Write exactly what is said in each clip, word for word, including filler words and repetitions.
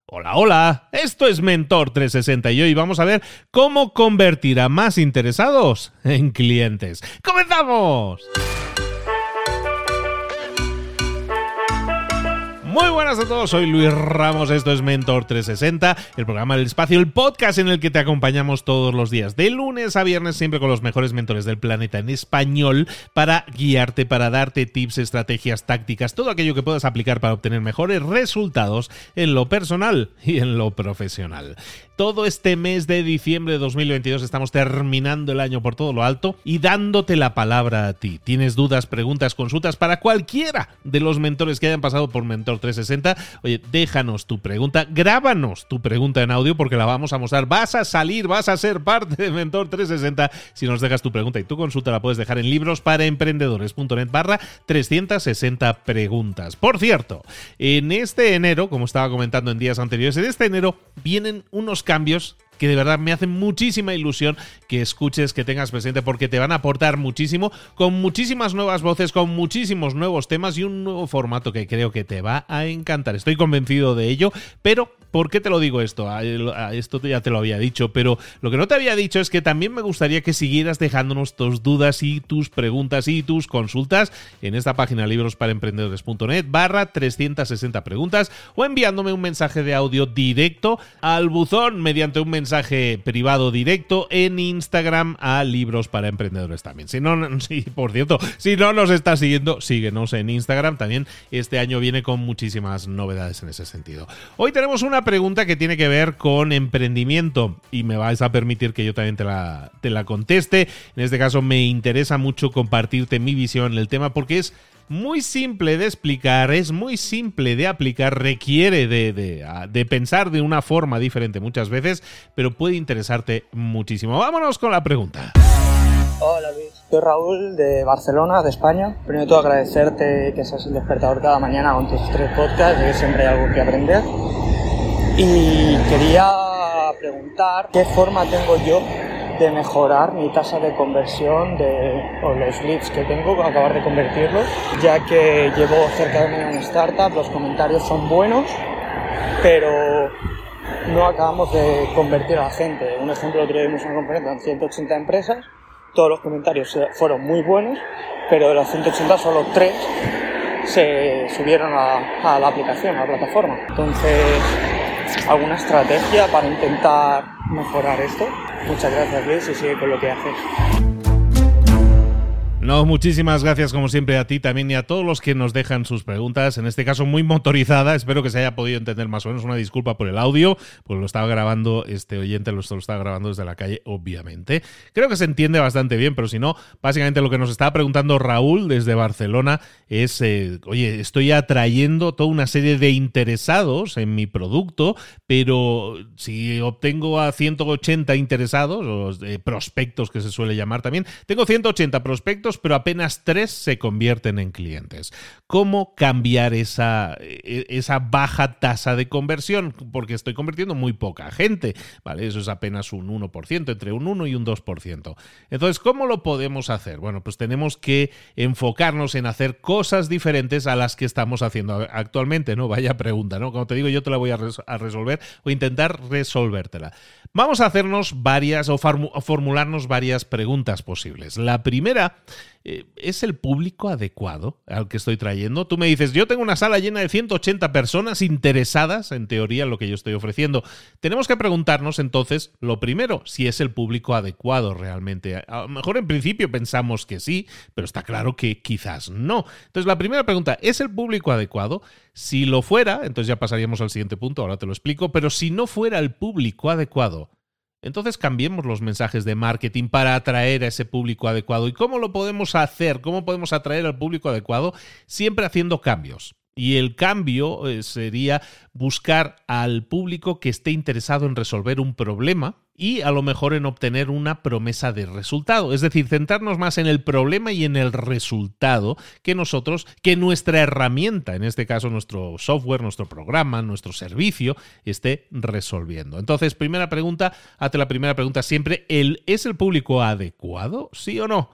Hola, hola, esto es Mentor trescientos sesenta y hoy vamos a ver cómo convertir a más interesados en clientes. ¡Comenzamos! Muy buenas a todos, soy Luis Ramos, esto es Mentor trescientos sesenta, el programa del espacio, el podcast en el que te acompañamos todos los días, de lunes a viernes, siempre con los mejores mentores del planeta en español, para guiarte, para darte tips, estrategias, tácticas, todo aquello que puedas aplicar para obtener mejores resultados en lo personal y en lo profesional. Todo este mes de diciembre de dos mil veintidós estamos terminando el año por todo lo alto y dándote la palabra a ti. ¿Tienes dudas, preguntas, consultas para cualquiera de los mentores que hayan pasado por Mentor trescientos sesenta? Oye, déjanos tu pregunta, grábanos tu pregunta en audio porque la vamos a mostrar. Vas a salir, vas a ser parte de Mentor trescientos sesenta si nos dejas tu pregunta, y tu consulta la puedes dejar en librosparaemprendedores.net barra trescientos sesenta preguntas. Por cierto, en este enero, como estaba comentando en días anteriores, en este enero vienen unos cambios que de verdad me hacen muchísima ilusión que escuches, que tengas presente, porque te van a aportar muchísimo, con muchísimas nuevas voces, con muchísimos nuevos temas y un nuevo formato que creo que te va a encantar. Estoy convencido de ello, pero ¿por qué te lo digo esto? Esto ya te lo había dicho, pero lo que no te había dicho es que también me gustaría que siguieras dejándonos tus dudas y tus preguntas y tus consultas en esta página librosparaemprendedores.net barra trescientos sesenta preguntas, o enviándome un mensaje de audio directo al buzón mediante un mensaje mensaje privado directo en Instagram a Libros para Emprendedores también. Si no, sí, por cierto, si no nos estás siguiendo, síguenos en Instagram. También este año viene con muchísimas novedades en ese sentido. Hoy tenemos una pregunta que tiene que ver con emprendimiento y me vais a permitir que yo también te la, te la conteste. En este caso me interesa mucho compartirte mi visión en el tema porque es muy simple de explicar, es muy simple de aplicar, requiere de, de, de pensar de una forma diferente muchas veces, pero puede interesarte muchísimo. Vámonos con la pregunta. Hola Luis, soy Raúl de Barcelona, de España. Primero de todo agradecerte que seas el despertador cada mañana con tus tres podcasts, que siempre hay algo que aprender. Y quería preguntar qué forma tengo yo de mejorar mi tasa de conversión de, o los leads que tengo, acabar de convertirlos, ya que llevo cerca de un año en startup, los comentarios son buenos, pero no acabamos de convertir a la gente. Un ejemplo, otro día vimos una conferencia en ciento ochenta empresas, todos los comentarios fueron muy buenos, pero de los ciento ochenta solo tres se subieron a, a la aplicación, a la plataforma. Entonces, ¿alguna estrategia para intentar mejorar esto? Muchas gracias, Luis, y sigue con lo que haces. No, muchísimas gracias como siempre a ti también y a todos los que nos dejan sus preguntas, en este caso muy motorizada, espero que se haya podido entender más o menos. Una disculpa por el audio, pues lo estaba grabando este oyente, lo estaba grabando desde la calle, obviamente. Creo que se entiende bastante bien, pero si no, básicamente lo que nos estaba preguntando Raúl desde Barcelona es, eh, oye, estoy atrayendo toda una serie de interesados en mi producto, pero si obtengo a ciento ochenta interesados, o eh, prospectos que se suele llamar también, tengo ciento ochenta prospectos, pero apenas tres se convierten en clientes. ¿Cómo cambiar esa, esa baja tasa de conversión? Porque estoy convirtiendo muy poca gente, ¿vale? Eso es apenas un uno por ciento, entre un uno y un dos por ciento. Entonces, ¿cómo lo podemos hacer? Bueno, pues tenemos que enfocarnos en hacer cosas diferentes a las que estamos haciendo actualmente, ¿no? Vaya pregunta, ¿no? Como te digo, yo te la voy a, res- a resolver o intentar resolvértela. Vamos a hacernos varias o, formu- o formularnos varias preguntas posibles. La primera, eh, ¿es el público adecuado al que estoy trayendo? Tú me dices, yo tengo una sala llena de ciento ochenta personas interesadas, en teoría, en lo que yo estoy ofreciendo. Tenemos que preguntarnos entonces, lo primero, si es el público adecuado realmente. A lo mejor en principio pensamos que sí, pero está claro que quizás no. Entonces, la primera pregunta, ¿es el público adecuado? Si lo fuera, entonces ya pasaríamos al siguiente punto, ahora te lo explico, pero si no fuera el público adecuado, entonces cambiemos los mensajes de marketing para atraer a ese público adecuado. ¿Y cómo lo podemos hacer? ¿Cómo podemos atraer al público adecuado? Siempre haciendo cambios. Y el cambio eh, sería buscar al público que esté interesado en resolver un problema y a lo mejor en obtener una promesa de resultado. Es decir, centrarnos más en el problema y en el resultado que nosotros, que nuestra herramienta, en este caso nuestro software, nuestro programa, nuestro servicio, esté resolviendo. Entonces, primera pregunta, hazte la primera pregunta siempre, ¿el, ¿es el público adecuado? ¿Sí o no?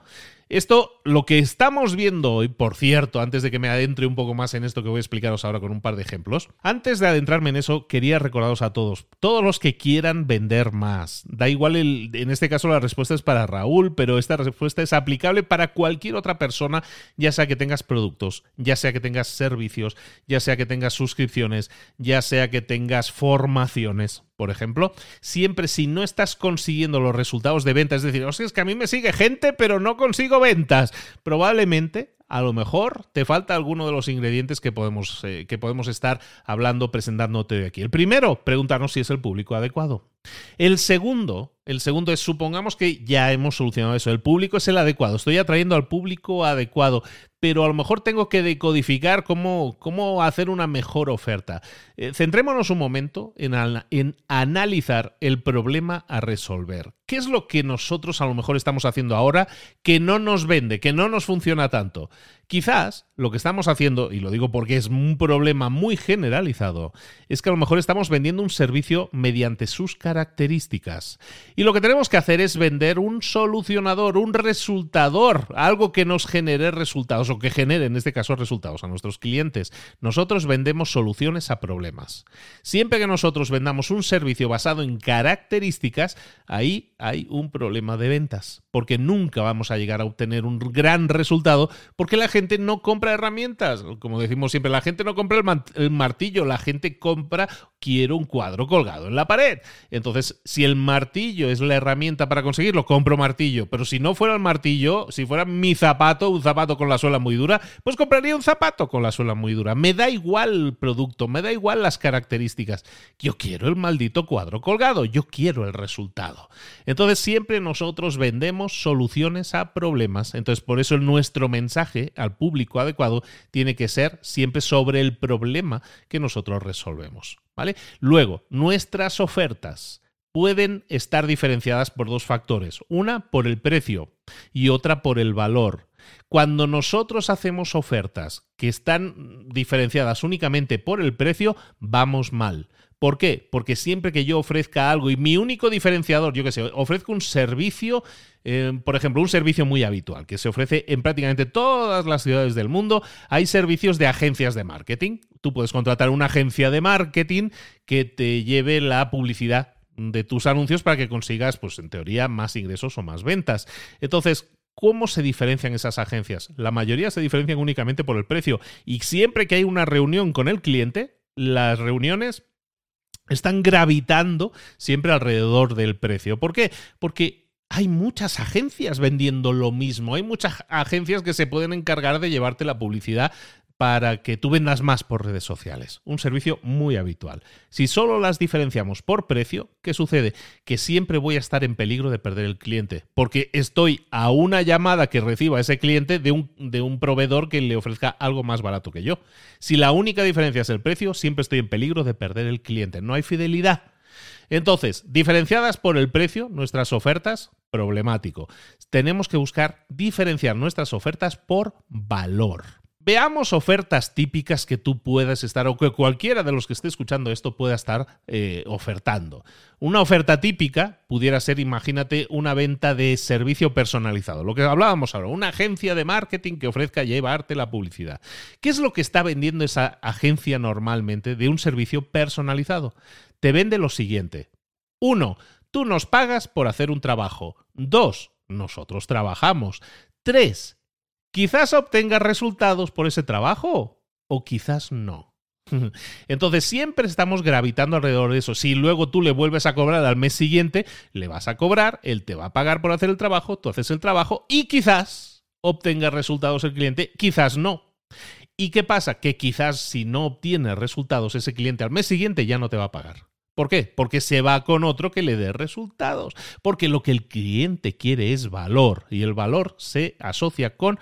Esto, lo que estamos viendo hoy, por cierto, antes de que me adentre un poco más en esto que voy a explicaros ahora con un par de ejemplos, antes de adentrarme en eso, quería recordaros a todos, todos los que quieran vender más, da igual, el, en este caso la respuesta es para Raúl, pero esta respuesta es aplicable para cualquier otra persona, ya sea que tengas productos, ya sea que tengas servicios, ya sea que tengas suscripciones, ya sea que tengas formaciones. Por ejemplo, siempre si no estás consiguiendo los resultados de venta, es decir, o sea, es que a mí me sigue gente, pero no consigo ventas, probablemente, a lo mejor, te falta alguno de los ingredientes que podemos, eh, que podemos estar hablando, presentándote aquí. El primero, preguntarnos si es el público adecuado. El segundo, el segundo es, supongamos que ya hemos solucionado eso, el público es el adecuado, estoy atrayendo al público adecuado, pero a lo mejor tengo que decodificar cómo, cómo hacer una mejor oferta. Eh, centrémonos un momento en, al, en analizar el problema a resolver. ¿Qué es lo que nosotros a lo mejor estamos haciendo ahora que no nos vende, que no nos funciona tanto? Quizás lo que estamos haciendo, y lo digo porque es un problema muy generalizado, es que a lo mejor estamos vendiendo un servicio mediante sus características. Y lo que tenemos que hacer es vender un solucionador, un resultador, algo que nos genere resultados o que genere, en este caso, resultados a nuestros clientes. Nosotros vendemos soluciones a problemas. Siempre que nosotros vendamos un servicio basado en características, ahí hay un problema de ventas, porque nunca vamos a llegar a obtener un gran resultado, porque la gente no compra herramientas. Como decimos siempre, la gente no compra el, man- el martillo, la gente compra, quiero un cuadro colgado en la pared. Entonces, si el martillo es la herramienta para conseguirlo, compro martillo. Pero si no fuera el martillo, si fuera mi zapato, un zapato con la suela muy dura, pues compraría un zapato con la suela muy dura. Me da igual el producto, me da igual las características. Yo quiero el maldito cuadro colgado, yo quiero el resultado. Entonces, siempre nosotros vendemos soluciones a problemas. Entonces, por eso nuestro mensaje al público adecuado tiene que ser siempre sobre el problema que nosotros resolvemos, ¿vale? Luego, nuestras ofertas pueden estar diferenciadas por dos factores. Una, por el precio y otra por el valor. Cuando nosotros hacemos ofertas que están diferenciadas únicamente por el precio, vamos mal. ¿Por qué? Porque siempre que yo ofrezca algo y mi único diferenciador, yo qué sé, ofrezco un servicio, eh, por ejemplo, un servicio muy habitual que se ofrece en prácticamente todas las ciudades del mundo, hay servicios de agencias de marketing. Tú puedes contratar una agencia de marketing que te lleve la publicidad de tus anuncios para que consigas, pues en teoría, más ingresos o más ventas. Entonces, ¿cómo se diferencian esas agencias? La mayoría se diferencian únicamente por el precio. Y siempre que hay una reunión con el cliente, las reuniones están gravitando siempre alrededor del precio. ¿Por qué? Porque hay muchas agencias vendiendo lo mismo. Hay muchas agencias que se pueden encargar de llevarte la publicidad para que tú vendas más por redes sociales. Un servicio muy habitual. Si solo las diferenciamos por precio, ¿qué sucede? Que siempre voy a estar en peligro de perder el cliente, porque estoy a una llamada que reciba ese cliente de un, de un proveedor que le ofrezca algo más barato que yo. Si la única diferencia es el precio, siempre estoy en peligro de perder el cliente. No hay fidelidad. Entonces, diferenciadas por el precio, nuestras ofertas, problemático. Tenemos que buscar diferenciar nuestras ofertas por valor. Veamos ofertas típicas que tú puedas estar, o que cualquiera de los que esté escuchando esto pueda estar eh, ofertando. Una oferta típica pudiera ser, imagínate, una venta de servicio personalizado. Lo que hablábamos ahora, una agencia de marketing que ofrezca llevarte la publicidad. ¿Qué es lo que está vendiendo esa agencia normalmente de un servicio personalizado? Te vende lo siguiente. Uno, tú nos pagas por hacer un trabajo. Dos, nosotros trabajamos. Tres, quizás obtengas resultados por ese trabajo o quizás no. Entonces siempre estamos gravitando alrededor de eso. Si luego tú le vuelves a cobrar al mes siguiente, le vas a cobrar, él te va a pagar por hacer el trabajo, tú haces el trabajo y quizás obtengas resultados el cliente, quizás no. ¿Y qué pasa? Que quizás si no obtienes resultados ese cliente al mes siguiente ya no te va a pagar. ¿Por qué? Porque se va con otro que le dé resultados. Porque lo que el cliente quiere es valor y el valor se asocia con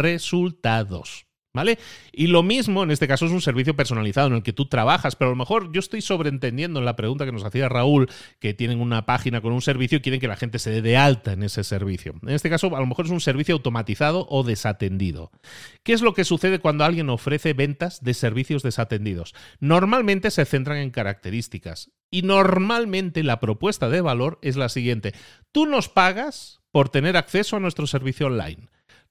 resultados. ¿Vale? Y lo mismo, en este caso, es un servicio personalizado en el que tú trabajas, pero a lo mejor yo estoy sobreentendiendo en la pregunta que nos hacía Raúl, que tienen una página con un servicio y quieren que la gente se dé de alta en ese servicio. En este caso, a lo mejor es un servicio automatizado o desatendido. ¿Qué es lo que sucede cuando alguien ofrece ventas de servicios desatendidos? Normalmente se centran en características y normalmente la propuesta de valor es la siguiente. Tú nos pagas por tener acceso a nuestro servicio online.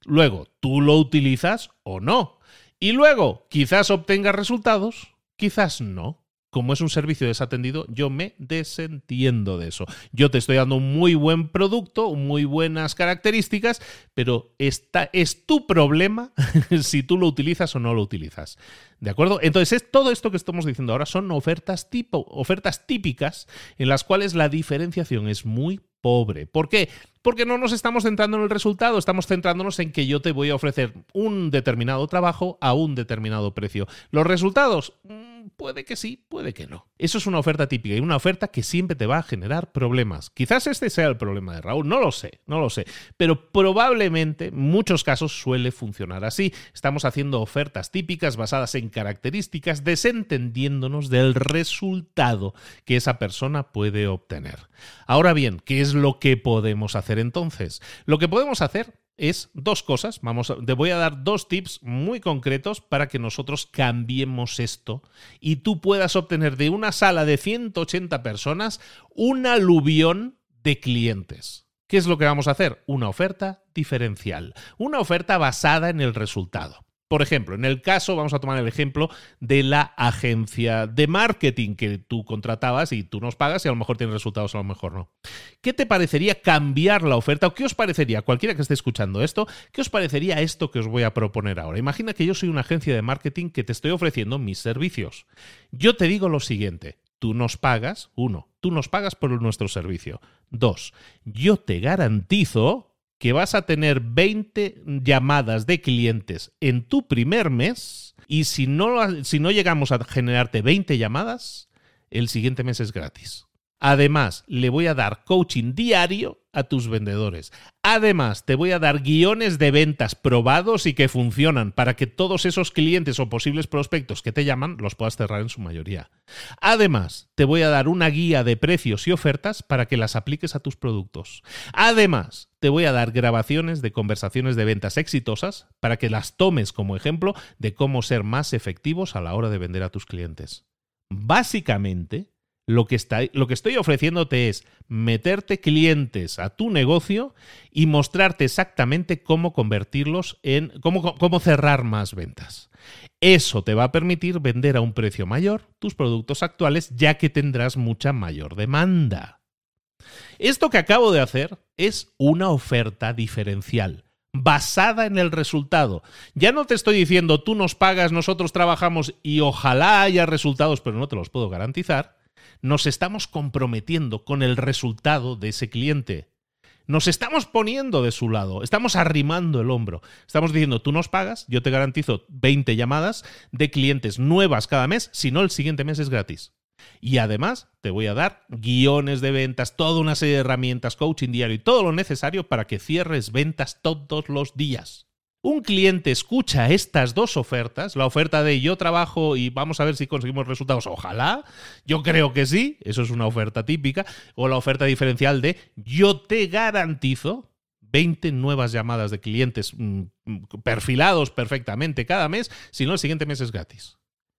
Luego, tú lo utilizas o no. Y luego, quizás obtengas resultados, quizás no. Como es un servicio desatendido, yo me desentiendo de eso. Yo te estoy dando un muy buen producto, muy buenas características, pero esta es tu problema si tú lo utilizas o no lo utilizas. ¿De acuerdo? Entonces, es, todo esto que estamos diciendo ahora son ofertas tipo, ofertas típicas en las cuales la diferenciación es muy pobre. ¿Por qué? Porque no nos estamos centrando en el resultado, estamos centrándonos en que yo te voy a ofrecer un determinado trabajo a un determinado precio. ¿Los resultados? Puede que sí, puede que no. Eso es una oferta típica y una oferta que siempre te va a generar problemas. Quizás este sea el problema de Raúl, no lo sé, no lo sé. Pero probablemente en muchos casos suele funcionar así. Estamos haciendo ofertas típicas basadas en características, desentendiéndonos del resultado que esa persona puede obtener. Ahora bien, ¿qué es lo que podemos hacer entonces? Lo que podemos hacer es dos cosas. Vamos a, te voy a dar dos tips muy concretos para que nosotros cambiemos esto y tú puedas obtener de una sala de ciento ochenta personas un aluvión de clientes. ¿Qué es lo que vamos a hacer? Una oferta diferencial, una oferta basada en el resultado. Por ejemplo, en el caso, vamos a tomar el ejemplo de la agencia de marketing que tú contratabas y tú nos pagas y a lo mejor tienes resultados, a lo mejor no. ¿Qué te parecería cambiar la oferta? ¿O qué os parecería, cualquiera que esté escuchando esto, qué os parecería esto que os voy a proponer ahora? Imagina que yo soy una agencia de marketing que te estoy ofreciendo mis servicios. Yo te digo lo siguiente. Tú nos pagas, uno, tú nos pagas por nuestro servicio. Dos, yo te garantizo que vas a tener veinte llamadas de clientes en tu primer mes y si no, si no llegamos a generarte veinte llamadas, el siguiente mes es gratis. Además, le voy a dar coaching diario a tus vendedores. Además, te voy a dar guiones de ventas probados y que funcionan para que todos esos clientes o posibles prospectos que te llaman los puedas cerrar en su mayoría. Además, te voy a dar una guía de precios y ofertas para que las apliques a tus productos. Además, te voy a dar grabaciones de conversaciones de ventas exitosas para que las tomes como ejemplo de cómo ser más efectivos a la hora de vender a tus clientes. Básicamente, Lo que, está, lo que estoy ofreciéndote es meterte clientes a tu negocio y mostrarte exactamente cómo convertirlos en, cómo, cómo cerrar más ventas. Eso te va a permitir vender a un precio mayor tus productos actuales, ya que tendrás mucha mayor demanda. Esto que acabo de hacer es una oferta diferencial, basada en el resultado. Ya no te estoy diciendo tú nos pagas, nosotros trabajamos y ojalá haya resultados, pero no te los puedo garantizar. Nos estamos comprometiendo con el resultado de ese cliente. Nos estamos poniendo de su lado, estamos arrimando el hombro. Estamos diciendo, tú nos pagas, yo te garantizo veinte llamadas de clientes nuevas cada mes, si no el siguiente mes es gratis. Y además te voy a dar guiones de ventas, toda una serie de herramientas, coaching diario y todo lo necesario para que cierres ventas todos los días. Un cliente escucha estas dos ofertas, la oferta de yo trabajo y vamos a ver si conseguimos resultados, ojalá, yo creo que sí, eso es una oferta típica, o la oferta diferencial de yo te garantizo veinte nuevas llamadas de clientes mmm, perfilados perfectamente cada mes, si no el siguiente mes es gratis.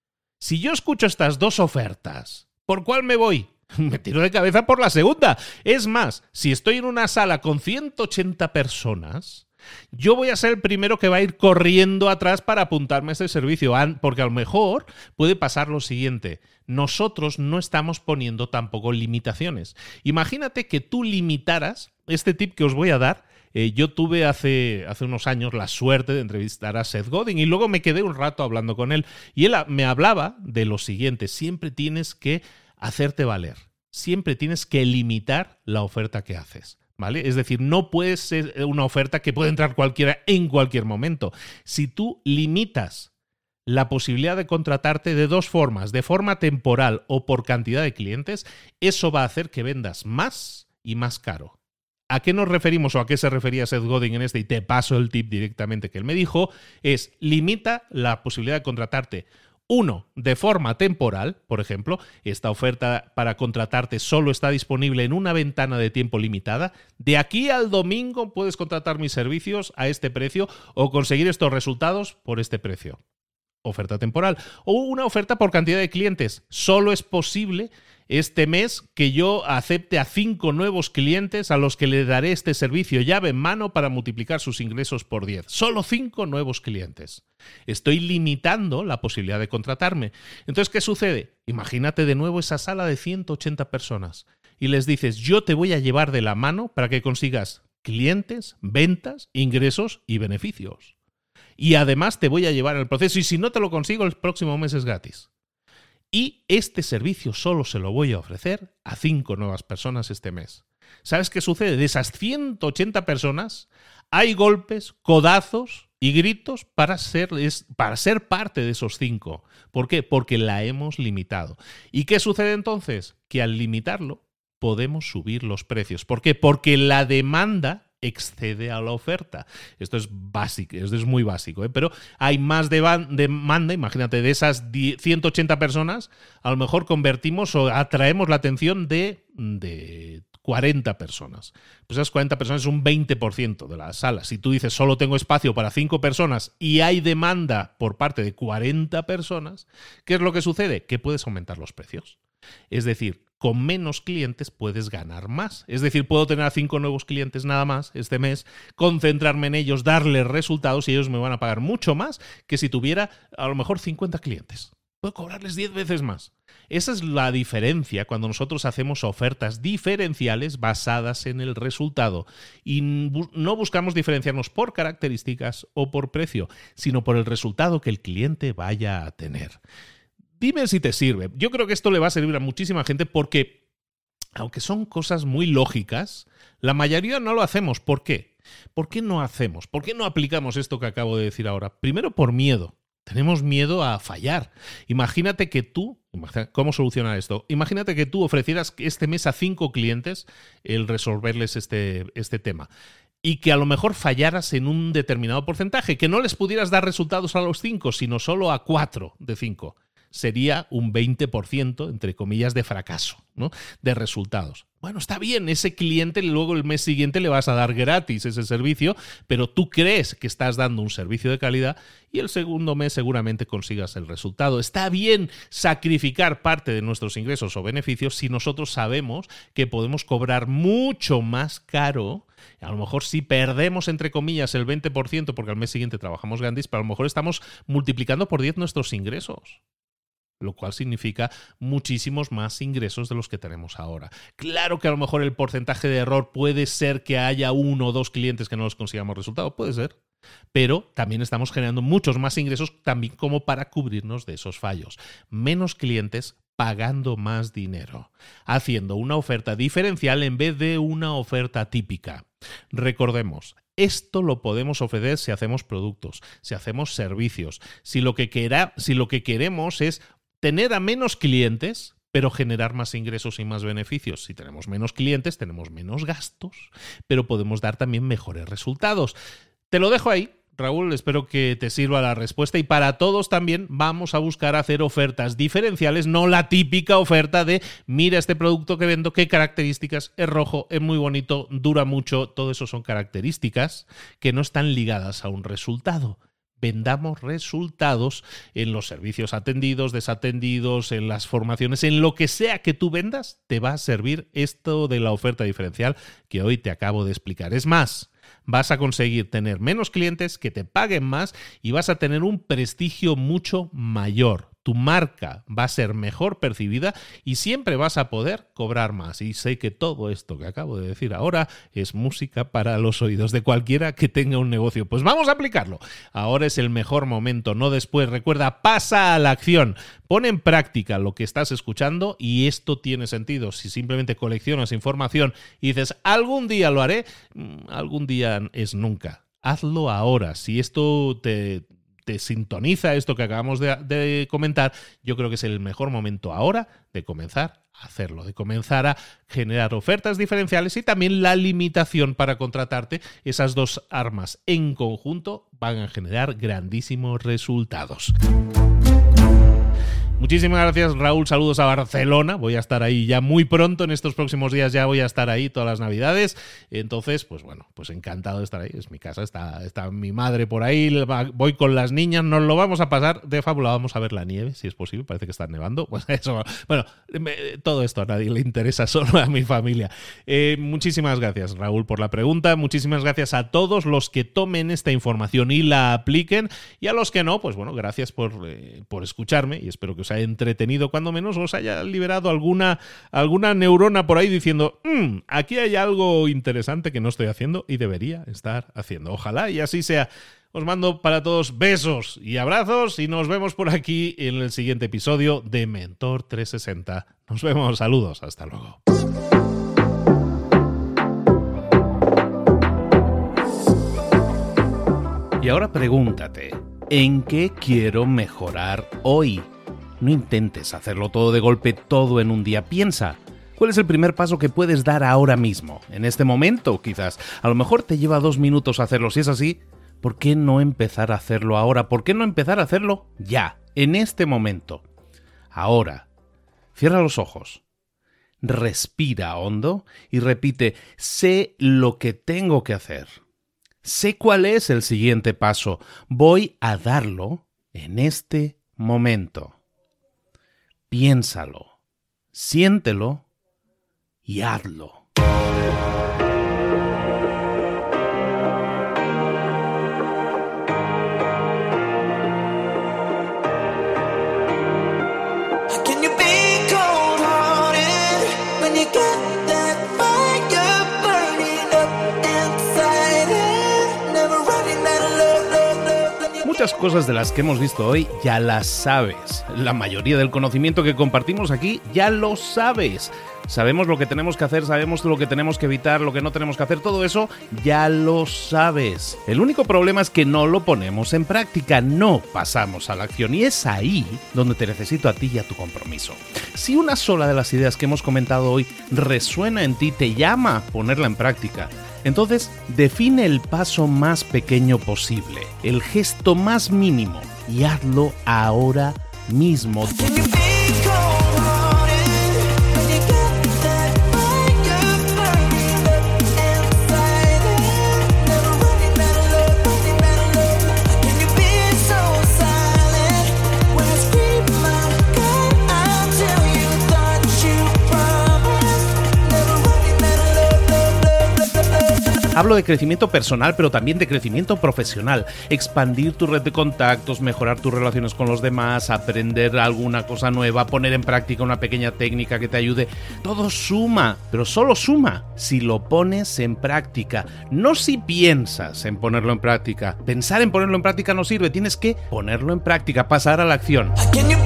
Si yo escucho estas dos ofertas, ¿por cuál me voy? Me tiro de cabeza por la segunda. Es más, si estoy en una sala con ciento ochenta personas, yo voy a ser el primero que va a ir corriendo atrás para apuntarme a este servicio, porque a lo mejor puede pasar lo siguiente. Nosotros no estamos poniendo tampoco limitaciones. Imagínate que tú limitaras este tip que os voy a dar. Eh, yo tuve hace, hace unos años la suerte de entrevistar a Seth Godin y luego me quedé un rato hablando con él. Y él me hablaba de lo siguiente. Siempre tienes que hacerte valer. Siempre tienes que limitar la oferta que haces. ¿Vale? Es decir, no puede ser una oferta que puede entrar cualquiera en cualquier momento. Si tú limitas la posibilidad de contratarte de dos formas, de forma temporal o por cantidad de clientes, eso va a hacer que vendas más y más caro. ¿A qué nos referimos o a qué se refería Seth Godin en este? Y te paso el tip directamente que él me dijo, es limita la posibilidad de contratarte. Uno, de forma temporal, por ejemplo, esta oferta para contratarte solo está disponible en una ventana de tiempo limitada. De aquí al domingo puedes contratar mis servicios a este precio o conseguir estos resultados por este precio. Oferta temporal. O una oferta por cantidad de clientes. Solo es posible este mes que yo acepte a cinco nuevos clientes a los que le daré este servicio llave en mano para multiplicar sus ingresos por diez. Solo cinco nuevos clientes. Estoy limitando la posibilidad de contratarme. Entonces, ¿qué sucede? Imagínate de nuevo esa sala de ciento ochenta personas y les dices, yo te voy a llevar de la mano para que consigas clientes, ventas, ingresos y beneficios. Y además te voy a llevar el proceso y si no te lo consigo, el próximo mes es gratis. Y este servicio solo se lo voy a ofrecer a cinco nuevas personas este mes. ¿Sabes qué sucede? De esas ciento ochenta personas hay golpes, codazos y gritos para ser, para ser parte de esos cinco. ¿Por qué? Porque la hemos limitado. ¿Y qué sucede entonces? Que al limitarlo podemos subir los precios. ¿Por qué? Porque la demanda excede a la oferta. Esto es básico, esto es muy básico, ¿eh? Pero hay más demanda, imagínate, de esas ciento ochenta personas, a lo mejor convertimos o atraemos la atención de, de cuarenta personas. Pues esas cuarenta personas es un veinte por ciento de la sala. Si tú dices solo tengo espacio para cinco personas y hay demanda por parte de cuarenta personas, ¿qué es lo que sucede? Que puedes aumentar los precios. Es decir, con menos clientes puedes ganar más. Es decir, puedo tener a cinco nuevos clientes nada más este mes, concentrarme en ellos, darles resultados y ellos me van a pagar mucho más que si tuviera a lo mejor cincuenta clientes. Puedo cobrarles diez veces más. Esa es la diferencia cuando nosotros hacemos ofertas diferenciales basadas en el resultado. Y no buscamos diferenciarnos por características o por precio, sino por el resultado que el cliente vaya a tener. Dime si te sirve. Yo creo que esto le va a servir a muchísima gente porque, aunque son cosas muy lógicas, la mayoría no lo hacemos. ¿Por qué? ¿Por qué no hacemos? ¿Por qué no aplicamos esto que acabo de decir ahora? Primero, por miedo. Tenemos miedo a fallar. Imagínate que tú, ¿cómo solucionar esto? Imagínate que tú ofrecieras este mes a cinco clientes el resolverles este, este tema. Y que a lo mejor fallaras en un determinado porcentaje, que no les pudieras dar resultados a los cinco, sino solo a cuatro de cinco. Sería un veinte por ciento, entre comillas, de fracaso, ¿no? De resultados. Bueno, está bien, ese cliente luego el mes siguiente le vas a dar gratis ese servicio, pero tú crees que estás dando un servicio de calidad y el segundo mes seguramente consigas el resultado. Está bien sacrificar parte de nuestros ingresos o beneficios si nosotros sabemos que podemos cobrar mucho más caro. A lo mejor sí perdemos, entre comillas, el veinte por ciento porque al mes siguiente trabajamos gratis, pero a lo mejor estamos multiplicando por diez nuestros ingresos, lo cual significa muchísimos más ingresos de los que tenemos ahora. Claro que a lo mejor el porcentaje de error puede ser que haya uno o dos clientes que no los consigamos resultado, puede ser, pero también estamos generando muchos más ingresos también como para cubrirnos de esos fallos. Menos clientes pagando más dinero, haciendo una oferta diferencial en vez de una oferta típica. Recordemos, esto lo podemos ofrecer si hacemos productos, si hacemos servicios, si lo que quera, si lo que queremos es tener a menos clientes, pero generar más ingresos y más beneficios. Si tenemos menos clientes, tenemos menos gastos, pero podemos dar también mejores resultados. Te lo dejo ahí, Raúl, espero que te sirva la respuesta. Y para todos también vamos a buscar hacer ofertas diferenciales, no la típica oferta de mira este producto que vendo, qué características, es rojo, es muy bonito, dura mucho. Todo eso son características que no están ligadas a un resultado. Vendamos resultados en los servicios atendidos, desatendidos, en las formaciones, en lo que sea que tú vendas, te va a servir esto de la oferta diferencial que hoy te acabo de explicar. Es más, vas a conseguir tener menos clientes que te paguen más y vas a tener un prestigio mucho mayor. Tu marca va a ser mejor percibida y siempre vas a poder cobrar más. Y sé que todo esto que acabo de decir ahora es música para los oídos de cualquiera que tenga un negocio. Pues vamos a aplicarlo. Ahora es el mejor momento, no después. Recuerda, pasa a la acción. Pon en práctica lo que estás escuchando y esto tiene sentido. Si simplemente coleccionas información y dices, algún día lo haré, algún día es nunca. Hazlo ahora. Si esto te... te sintoniza esto que acabamos de, de comentar, yo creo que es el mejor momento ahora de comenzar a hacerlo, de comenzar a generar ofertas diferenciales y también la limitación para contratarte. Esas dos armas en conjunto van a generar grandísimos resultados. Muchísimas gracias, Raúl. Saludos a Barcelona. Voy a estar ahí ya muy pronto, en estos próximos días ya voy a estar ahí todas las Navidades. Entonces, pues bueno, pues encantado de estar ahí. Es mi casa, está, está mi madre por ahí. Voy con las niñas, nos lo vamos a pasar de fábula. Vamos a ver la nieve, si es posible. Parece que está nevando. Pues eso. Bueno, me, todo esto a nadie le interesa, solo a mi familia. Eh, muchísimas gracias, Raúl, por la pregunta. Muchísimas gracias a todos los que tomen esta información y la apliquen. Y a los que no, pues bueno, gracias por, eh, por escucharme y espero que os haya entretenido, cuando menos os haya liberado alguna, alguna neurona por ahí diciendo mmm, aquí hay algo interesante que no estoy haciendo y debería estar haciendo. Ojalá y así sea. Os mando para todos besos y abrazos y nos vemos por aquí en el siguiente episodio de Mentor trescientos sesenta. Nos vemos, saludos, hasta luego. Y ahora pregúntate, ¿en qué quiero mejorar hoy? No intentes hacerlo todo de golpe, todo en un día. Piensa, ¿cuál es el primer paso que puedes dar ahora mismo? En este momento, quizás. A lo mejor te lleva dos minutos hacerlo. Si es así, ¿por qué no empezar a hacerlo ahora? ¿Por qué no empezar a hacerlo ya, en este momento? Ahora, cierra los ojos, respira hondo y repite, sé lo que tengo que hacer. Sé cuál es el siguiente paso. Voy a darlo en este momento. Piénsalo, siéntelo y hazlo. Muchas cosas de las que hemos visto hoy ya las sabes. La mayoría del conocimiento que compartimos aquí ya lo sabes. Sabemos lo que tenemos que hacer, sabemos lo que tenemos que evitar, lo que no tenemos que hacer, todo eso ya lo sabes. El único problema es que no lo ponemos en práctica, no pasamos a la acción y es ahí donde te necesito a ti y a tu compromiso. Si una sola de las ideas que hemos comentado hoy resuena en ti, te llama a ponerla en práctica, entonces define el paso más pequeño posible, el gesto más mínimo y hazlo ahora mismo. Hablo de crecimiento personal, pero también de crecimiento profesional. Expandir tu red de contactos, mejorar tus relaciones con los demás, aprender alguna cosa nueva, poner en práctica una pequeña técnica que te ayude. Todo suma, pero solo suma si lo pones en práctica. No si piensas en ponerlo en práctica. Pensar en ponerlo en práctica no sirve. Tienes que ponerlo en práctica, pasar a la acción.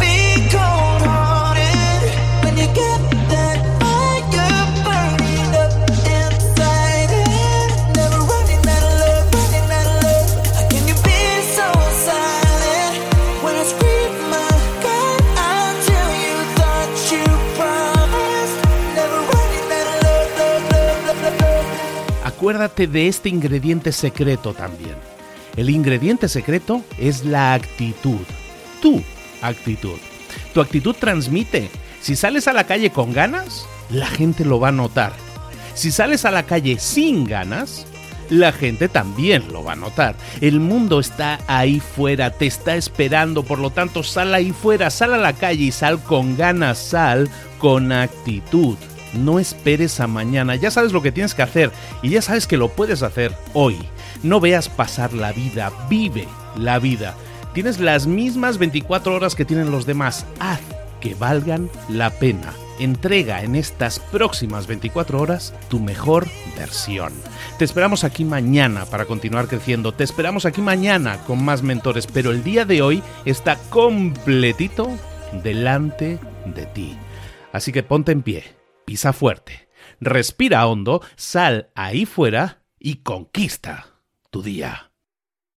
Acuérdate de este ingrediente secreto también. El ingrediente secreto es la actitud. Tu actitud. Tu actitud transmite. Si sales a la calle con ganas, la gente lo va a notar. Si sales a la calle sin ganas, la gente también lo va a notar. El mundo está ahí fuera, te está esperando, por lo tanto sal ahí fuera, sal a la calle y sal con ganas, sal con actitud. No esperes a mañana, ya sabes lo que tienes que hacer y ya sabes que lo puedes hacer hoy. No veas pasar la vida, vive la vida. Tienes las mismas veinticuatro horas que tienen los demás, haz que valgan la pena. Entrega en estas próximas veinticuatro horas tu mejor versión. Te esperamos aquí mañana para continuar creciendo, te esperamos aquí mañana con más mentores, pero el día de hoy está completito delante de ti. Así que ponte en pie. Pisa fuerte, respira hondo, sal ahí fuera y conquista tu día.